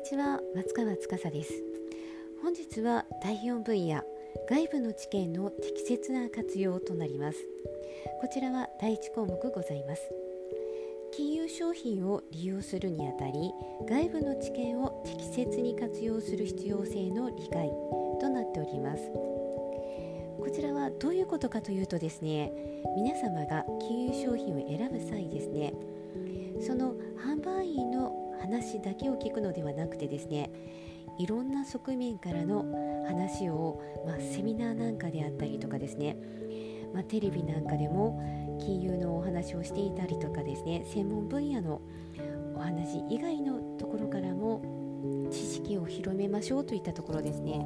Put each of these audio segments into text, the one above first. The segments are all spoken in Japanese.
ちは、松川司です。本日は第4分野、外部の知見の適切な活用となります。こちらは第1項目ございます。金融商品を利用するにあたり、外部の知見を適切に活用する必要性の理解となっております。こちらはどういうことかというとですね、皆様が金融商品を選ぶ際ですね、その販売員の話だけを聞くのではなくてですね、いろんな側面からの話を、セミナーなんかであったりとかですね、テレビなんかでも金融のお話をしていたりとかですね、専門分野のお話以外のところからも知識を広めましょうといったところですね。で、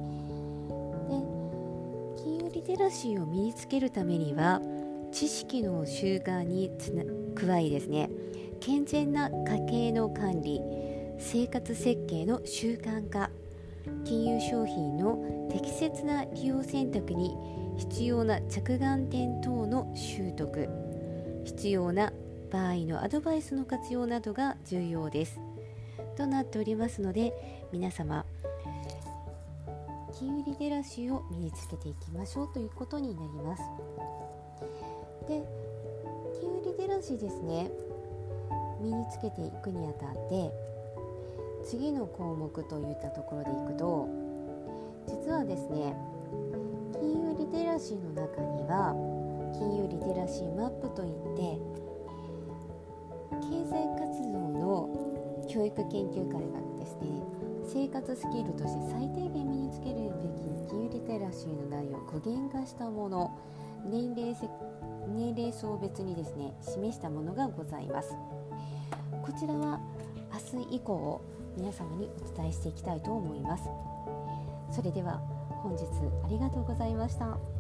金融リテラシーを身につけるためには、知識の習慣に加えですね、健全な家計の管理、生活設計の習慣化、金融商品の適切な利用選択に必要な着眼点等の習得、必要な場合のアドバイスの活用などが重要ですとなっておりますので、皆様金融リテラシーを身につけていきましょうということになります。で、金融リテラシーですね、身につけていくにあたって次の項目といったところでいくと、実はですね、金融リテラシーの中には金融リテラシーマップといって、経済活動の教育研究会がですね、生活スキルとして最低限身につけるべき金融リテラシーの内容を具現化したもの、年齢層別にですね示したものがございます。こちらは明日以降皆様にお伝えしていきたいと思います。それでは本日ありがとうございました。